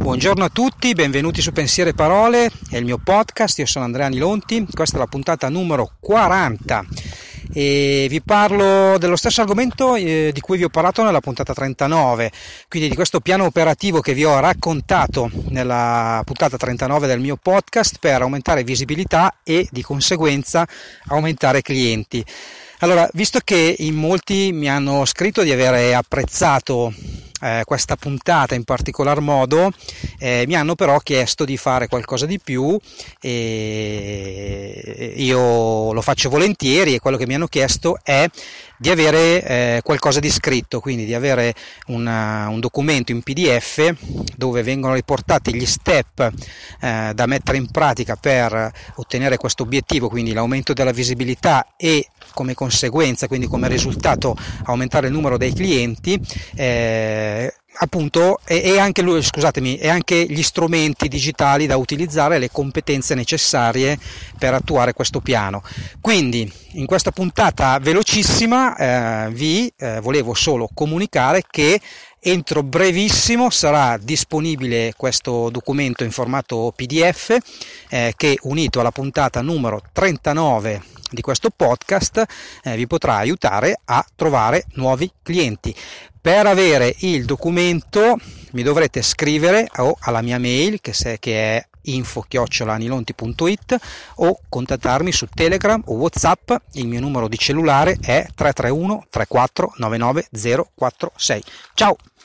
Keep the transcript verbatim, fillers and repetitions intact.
Buongiorno a tutti, benvenuti su Pensiero e Parole, è il mio podcast, io sono Andrea Nilonti, questa è la puntata numero quaranta e vi parlo dello stesso argomento eh, di cui vi ho parlato nella puntata trentanove, quindi di questo piano operativo che vi ho raccontato nella puntata trentanove del mio podcast per aumentare visibilità e di conseguenza aumentare clienti. Allora, visto che in molti mi hanno scritto di avere apprezzato eh, questa puntata in particolar modo, eh, mi hanno però chiesto di fare qualcosa di più e io lo faccio volentieri, e quello che mi hanno chiesto è di avere eh, qualcosa di scritto, quindi di avere una, un documento in P D F dove vengono riportati gli step eh, da mettere in pratica per ottenere questo obiettivo, quindi l'aumento della visibilità e come conseguenza, quindi come risultato aumentare il numero dei clienti, eh, appunto e, e anche lui, scusatemi, e anche gli strumenti digitali da utilizzare, le competenze necessarie per attuare questo piano. Quindi in questa puntata velocissima eh, vi eh, volevo solo comunicare che entro brevissimo sarà disponibile questo documento in formato P D F eh, che, unito alla puntata numero trentanove di questo podcast, eh, vi potrà aiutare a trovare nuovi clienti. Per avere il documento mi dovrete scrivere o alla mia mail che, se, che è info chiocciola nilonti punto it o contattarmi su Telegram o WhatsApp. Il mio numero di cellulare è tre tre uno tre quattro nove nove zero quattro sei. Ciao!